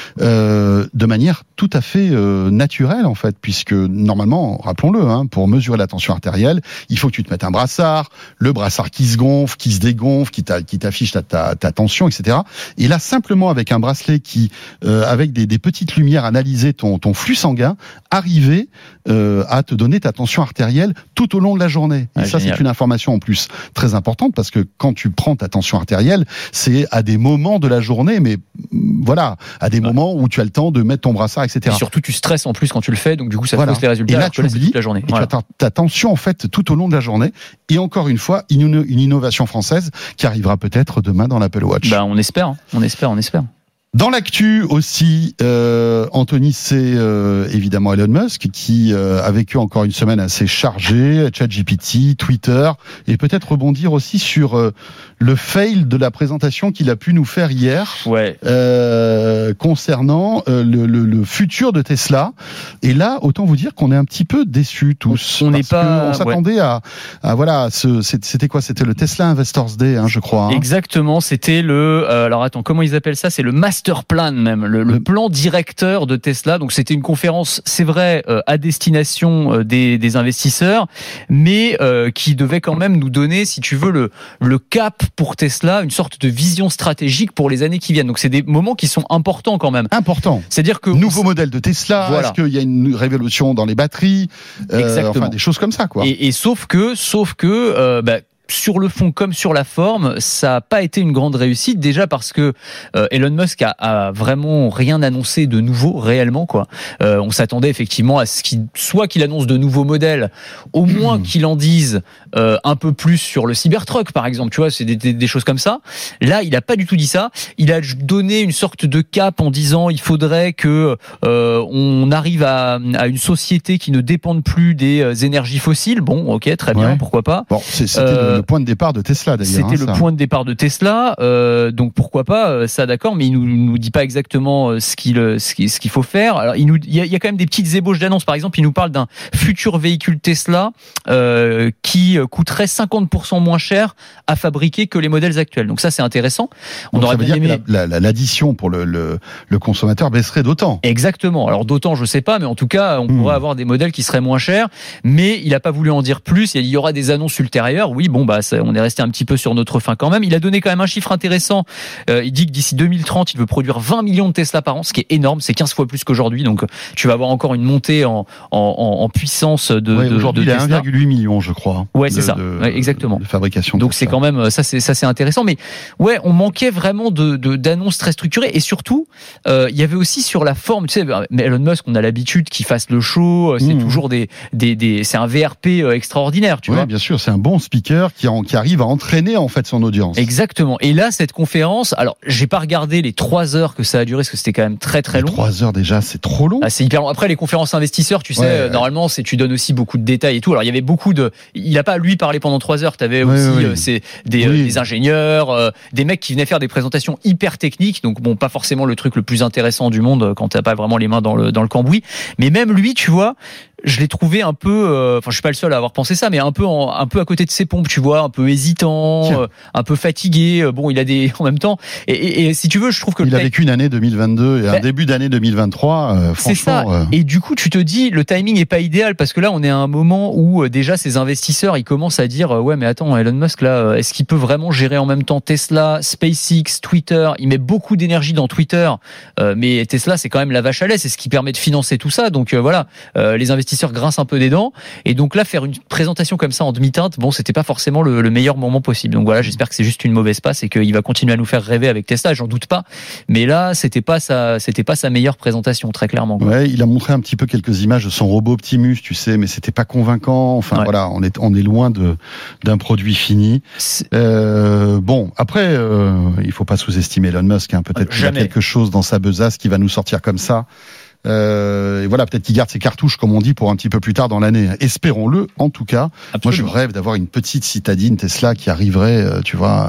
euh, de manière tout à fait euh, naturelle en fait, puisque normalement, rappelons-le, hein, pour mesurer la tension artérielle, il faut que tu te mettes un brassard, le brassard qui se gonfle, qui se dégonfle, qui, t'a, qui t'affiche ta, ta, ta tension, et cetera. Et là, simplement avec un bracelet qui, euh, avec des, des petites lumières, analysait ton, ton flux sanguin, arrivait euh, à te donner ta tension artérielle tout au long de la journée. Et ah, ça, génial. C'est une information en plus très importante parce que quand tu prends ta tension artérielle, c'est à des moments de la journée, mais voilà, à des ouais. moments où tu as le temps de mettre ton brassard, et cetera. Et surtout, tu stresses en plus quand tu le fais, donc du coup, ça voilà. te pose les résultats. Et là, tu oublies, toute la journée. Et voilà. tu as ta, ta tension en fait tout au long de la journée. Et encore une fois, une, une innovation française qui arrivera peut-être demain dans l'Apple Watch. Bah, on espère, on espère, on espère. Dans l'actu aussi, euh, Anthony, c'est euh, évidemment Elon Musk qui euh, a vécu encore une semaine assez chargée, ChatGPT, Twitter, et peut-être rebondir aussi sur euh, le fail de la présentation qu'il a pu nous faire hier ouais. euh, concernant euh, le, le, le futur de Tesla. Et là, autant vous dire qu'on est un petit peu déçus tous. On n'est pas. On s'attendait ouais. à, à voilà, ce, c'était quoi ? C'était le Tesla Investors Day, hein, je crois. Hein. Exactement. C'était le. Euh, alors attends, comment ils appellent ça ? C'est le Master Plan même, le, le plan directeur de Tesla. Donc c'était une conférence, c'est vrai, euh, à destination euh, des, des investisseurs, mais euh, qui devait quand même nous donner, si tu veux, le, le cap pour Tesla, une sorte de vision stratégique pour les années qui viennent. Donc c'est des moments qui sont importants quand même. Importants. C'est-à-dire que nouveau modèle de Tesla. Voilà. Est-ce qu'il y a une révolution dans les batteries ? euh, Exactement. Enfin des choses comme ça, quoi. Et, et sauf que, sauf que, euh, bah, sur le fond comme sur la forme, ça n'a pas été une grande réussite. Déjà parce que euh, Elon Musk a, a vraiment rien annoncé de nouveau réellement, quoi. Euh, on s'attendait effectivement à ce qu'il soit qu'il annonce de nouveaux modèles, au moins mmh. qu'il en dise euh, un peu plus sur le Cybertruck, par exemple. Tu vois, c'est des, des, des choses comme ça. Là, il n'a pas du tout dit ça. Il a donné une sorte de cap en disant il faudrait que euh, on arrive à, à une société qui ne dépende plus des énergies fossiles. Bon, ok, très bien, ouais. pourquoi pas. Bon, c'est, c'était euh, le point de départ de Tesla d'ailleurs. C'était hein, le point de départ de Tesla, euh, donc pourquoi pas, ça d'accord, mais il nous nous dit pas exactement ce qu'il ce qu'il, ce qu'il faut faire. Alors il nous il y a, il y a quand même des petites ébauches d'annonces. Par exemple, il nous parle d'un futur véhicule Tesla euh, qui coûterait cinquante pour cent moins cher à fabriquer que les modèles actuels. Donc ça c'est intéressant. On donc, aurait ça veut bien dire aimé... que la, la, l'addition pour le, le le consommateur baisserait d'autant. Exactement. Alors d'autant je sais pas, mais en tout cas on mmh. pourrait avoir des modèles qui seraient moins chers. Mais il a pas voulu en dire plus. Il y aura des annonces ultérieures. Oui bon bah ça, on est resté un petit peu sur notre faim quand même. Il a donné quand même un chiffre intéressant. Euh, il dit que d'ici deux mille trente, il veut produire vingt millions de Tesla par an, ce qui est énorme. C'est quinze fois plus qu'aujourd'hui. Donc, tu vas avoir encore une montée en, en, en puissance de, ouais, de, aujourd'hui, de Tesla. Il a un virgule huit million, je crois. Ouais, c'est de, ça. De, ouais, exactement. De fabrication. Donc, de c'est quand même, ça, c'est, ça, c'est intéressant. Mais, ouais, on manquait vraiment de, de, d'annonces très structurées. Et surtout, euh, il y avait aussi sur la forme, tu sais, mais Elon Musk, on a l'habitude qu'il fasse le show. C'est mmh. toujours des, des, des, c'est un V R P extraordinaire, tu ouais, vois. Bien sûr. C'est un bon speaker qui, en, qui arrive à entraîner, en fait, son audience. Exactement. Et là, cette conférence, alors, j'ai pas regardé les trois heures que ça a duré, parce que c'était quand même très très long. Trois heures déjà, c'est trop long. Ah, c'est hyper long. Après, les conférences investisseurs, tu sais, ouais, ouais. normalement, c'est tu donnes aussi beaucoup de détails et tout. Alors, il y avait beaucoup de. Il a pas lui parlé pendant trois heures. T'avais ouais, aussi, ouais, euh, c'est des, oui. euh, des ingénieurs, euh, des mecs qui venaient faire des présentations hyper techniques. Donc, bon, pas forcément le truc le plus intéressant du monde quand t'as pas vraiment les mains dans le dans le cambouis. Mais même lui, tu vois. je l'ai trouvé un peu, euh, enfin je suis pas le seul à avoir pensé ça, mais un peu en, un peu à côté de ses pompes, tu vois, un peu hésitant, euh, un peu fatigué. Bon, il a des en même temps. Et, et, et si tu veux, je trouve que il le a vécu une année deux mille vingt-deux et ben, un début d'année deux mille vingt-trois. Euh, c'est ça. Euh... Et du coup, tu te dis, le timing est pas idéal parce que là, on est à un moment où euh, déjà ces investisseurs, ils commencent à dire, euh, ouais, mais attends, Elon Musk là, euh, est-ce qu'il peut vraiment gérer en même temps Tesla, SpaceX, Twitter? Il met beaucoup d'énergie dans Twitter, euh, mais Tesla, c'est quand même la vache à lait, c'est ce qui permet de financer tout ça. Donc euh, voilà, euh, les investisseurs grincent un peu des dents. Et donc là, faire une présentation comme ça en demi-teinte, bon, c'était pas forcément le, le meilleur moment possible. Donc voilà, j'espère que c'est juste une mauvaise passe et qu'il va continuer à nous faire rêver avec Tesla, j'en doute pas. Mais là, c'était pas sa, c'était pas sa meilleure présentation, très clairement. Quoi. Ouais, il a montré un petit peu quelques images de son robot Optimus, tu sais, mais c'était pas convaincant. Enfin ouais. voilà, on est, on est loin de, d'un produit fini. Euh, bon, après, euh, il faut pas sous-estimer Elon Musk. Hein. Peut-être qu'il y a quelque chose dans sa besace qui va nous sortir comme ça. Euh, et voilà, peut-être qu'il garde ses cartouches, comme on dit, pour un petit peu plus tard dans l'année. Espérons-le, en tout cas. Absolument. Moi, je rêve d'avoir une petite citadine Tesla qui arriverait, euh, tu vois,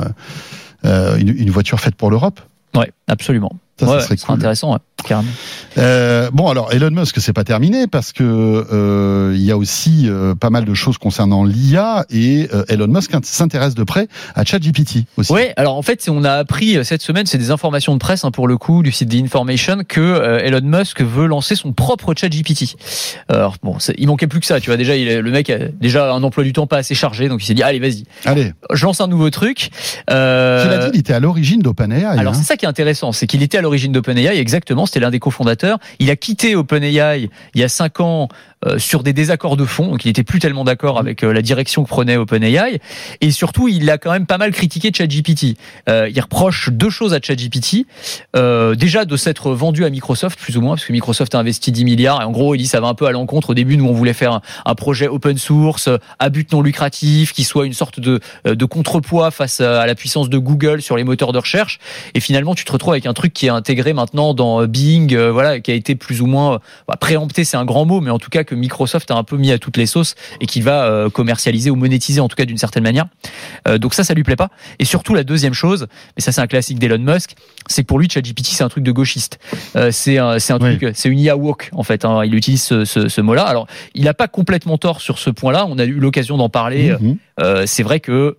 euh, une, une voiture faite pour l'Europe. Ouais, absolument. Ça, ouais, ça serait cool. intéressant, ouais, carrément. Euh, bon, alors Elon Musk, c'est pas terminé parce que euh, il y a aussi euh, pas mal de choses concernant l'I A et euh, Elon Musk s'intéresse de près à ChatGPT aussi. Oui, alors en fait, on a appris cette semaine, c'est des informations de presse hein, pour le coup du site The Information, que euh, Elon Musk veut lancer son propre ChatGPT. Alors bon, il manquait plus que ça, tu vois. Déjà, il est, le mec a déjà un emploi du temps pas assez chargé, donc il s'est dit allez, vas-y, allez, je lance un nouveau truc. Euh... Tu l'as dit, il était à l'origine d'OpenAI. Alors hein. c'est ça qui est intéressant, c'est qu'il était à l'origine d'OpenAI, exactement, c'était l'un des cofondateurs. Il a quitté OpenAI il y a cinq ans euh, sur des désaccords de fond, donc il était plus tellement d'accord avec euh, la direction que prenait OpenAI, et surtout il a quand même pas mal critiqué ChatGPT. Euh, il reproche deux choses à ChatGPT, euh, déjà de s'être vendu à Microsoft plus ou moins, parce que Microsoft a investi dix milliards, et en gros il dit ça va un peu à l'encontre. Au début nous on voulait faire un, un projet open source à but non lucratif qui soit une sorte de, de contrepoids face à la puissance de Google sur les moteurs de recherche, et finalement tu te retrouves avec un truc qui est intégré maintenant dans Bing, euh, voilà, qui a été plus ou moins bah, préempté, c'est un grand mot, mais en tout cas que Microsoft a un peu mis à toutes les sauces et qu'il va euh, commercialiser ou monétiser en tout cas d'une certaine manière. Euh, donc ça, ça lui plaît pas. Et surtout la deuxième chose, mais ça c'est un classique d'Elon Musk, c'est que pour lui ChatGPT c'est un truc de gauchiste. Euh, c'est un, c'est un oui. truc, c'est une I A woke en fait. Hein, il utilise ce, ce, ce mot-là. Alors il a pas complètement tort sur ce point-là. On a eu l'occasion d'en parler. Mm-hmm. Euh, c'est vrai que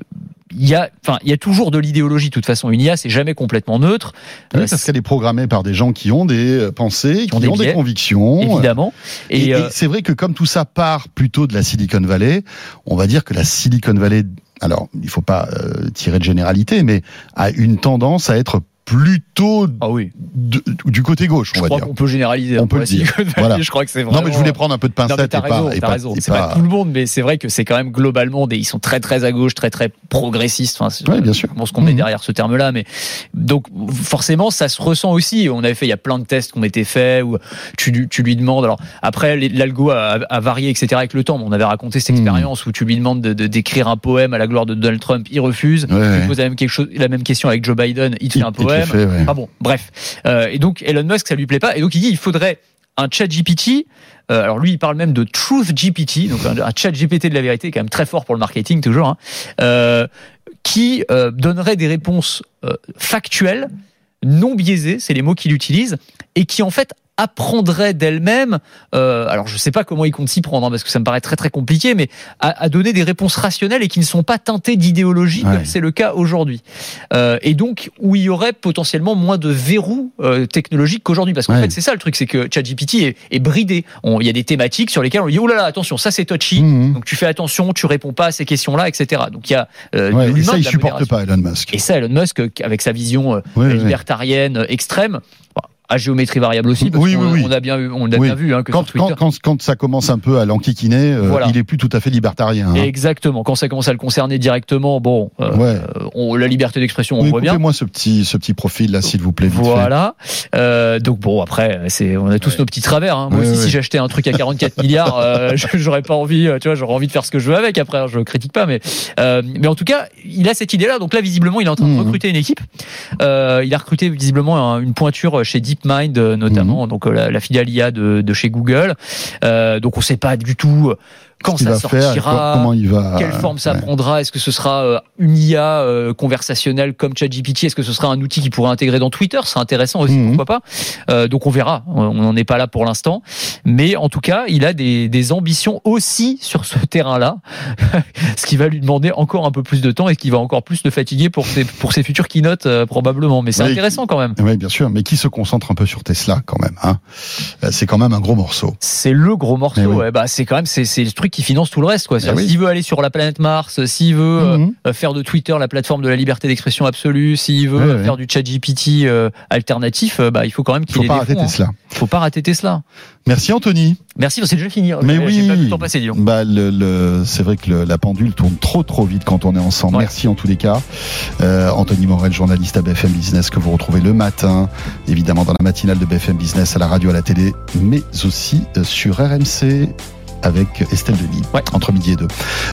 il y a, enfin, il y a toujours de l'idéologie. De toute façon, une I A, c'est jamais complètement neutre. Oui, parce qu'elle est programmée par des gens qui ont des pensées, qui, qui ont, des, ont des convictions. Évidemment. Et, et, euh... et c'est vrai que comme tout ça part plutôt de la Silicon Valley, on va dire que la Silicon Valley, alors, il faut pas euh, tirer de généralité, mais a une tendance à être plutôt ah oui. de, du côté gauche, on je va crois dire. On peut généraliser. On peut le dire. Voilà. Je crois que c'est vraiment... Non, mais je voulais prendre un peu de pincette. Non, t'as et raison, pas, et t'as pas, raison. Et c'est pas... pas tout le monde, mais c'est vrai que c'est quand même globalement des, ils sont très très à gauche, très très progressistes. Enfin, oui, bien sûr. Bon, ce qu'on mmh. met derrière ce terme-là, mais donc forcément, ça se ressent aussi. On avait fait, il y a plein de tests qui ont été faits où tu, tu lui demandes. Alors après, l'algo a, a varié, et cetera avec le temps. On avait raconté cette expérience mmh. où tu lui demandes de, de d'écrire un poème à la gloire de Donald Trump, il refuse. Ouais, tu poses la même quelque chose, la même question avec Joe Biden, il te fait un poème. Fait, ouais. Ah bon, bref. Euh, et donc Elon Musk, ça lui plaît pas, et donc il dit il faudrait un ChatGPT. Euh, alors lui, il parle même de Truth G P T, donc un, un ChatGPT de la vérité, quand même très fort pour le marketing toujours, hein, euh, qui euh, donnerait des réponses euh, factuelles, non biaisées, c'est les mots qu'il utilise, et qui en fait apprendrait d'elle-même, euh, alors je sais pas comment il compte s'y prendre, hein, parce que ça me paraît très très compliqué, mais à, à donner des réponses rationnelles et qui ne sont pas teintées d'idéologie ouais. comme c'est le cas aujourd'hui. Euh, et donc où il y aurait potentiellement moins de verrous euh, technologiques qu'aujourd'hui, parce qu'en ouais. fait c'est ça le truc, c'est que ChatGPT est, est bridé. Il y a des thématiques sur lesquelles on dit oh là là attention, ça c'est touchy, mmh. donc tu fais attention, tu réponds pas à ces questions-là, et cetera. Donc il y a euh, ouais, de et ça il supporte pas Elon Musk. Et ça Elon Musk avec sa vision euh, ouais, libertarienne ouais. extrême. Bah, à géométrie variable aussi, parce oui, qu'on oui, oui. on a bien, on a oui. bien vu hein, que quand, sur Twitter... quand, quand, quand ça commence un peu à l'enquiquiner, euh, voilà. il est plus tout à fait libertarien. Hein. Exactement. Quand ça commence à le concerner directement, bon, euh, ouais. on, la liberté d'expression, on oui, voit bien. Coupez-moi ce petit, ce petit profil là, s'il vous plaît. Vite voilà. Euh, donc bon, après, c'est, on a tous ouais. nos petits travers. Hein. Moi ouais, aussi, ouais. si j'achetais un truc à quarante-quatre milliards, euh, j'aurais pas envie, tu vois, j'aurais envie de faire ce que je veux avec. Après, je critique pas, mais, euh, mais en tout cas, il a cette idée-là. Donc là, visiblement, il est en train de recruter une équipe. Euh, il a recruté visiblement un, une pointure chez DeepMind, notamment. Mmh. Donc la, la filiale I A de, de chez Google. Euh, donc on ne sait pas du tout quand ce qu'il ça va sortira, faire, comment il va, quelle forme ça ouais. prendra, est-ce que ce sera euh, une I A euh, conversationnelle comme ChatGPT, est-ce que ce sera un outil qui pourrait intégrer dans Twitter, ce sera intéressant aussi, mmh. pourquoi pas. Euh, donc on verra, on n'en est pas là pour l'instant, mais en tout cas, il a des, des ambitions aussi sur ce terrain-là, ce qui va lui demander encore un peu plus de temps et qui va encore plus le fatiguer pour ses, pour ses futures keynotes euh, probablement, mais c'est oui, intéressant quand même. Oui, bien sûr, mais qui se concentre un peu sur Tesla quand même, hein. C'est quand même un gros morceau. C'est le gros morceau, oui. ouais, bah c'est quand même c'est, c'est le truc qui finance tout le reste, quoi. Oui. S'il veut aller sur la planète Mars, s'il veut mm-hmm. euh, faire de Twitter la plateforme de la liberté d'expression absolue, s'il veut oui, faire oui. du ChatGPT euh, alternatif, euh, bah il faut quand même qu'il ait des fonds. Faut pas rater Tesla. Hein. Faut pas rater Tesla. Merci Anthony. Merci, c'est déjà fini. Mais j'ai, oui, j'ai pas vu le temps passer, disons. Bah le, le, c'est vrai que le, la pendule tourne trop trop vite quand on est ensemble. Ouais. Merci en tous les cas. Euh, Anthony Morel, journaliste à B F M Business, que vous retrouvez le matin, évidemment dans la matinale de B F M Business, à la radio, à la télé, mais aussi sur R M C avec Estelle Denis, ouais. entre midi et deux.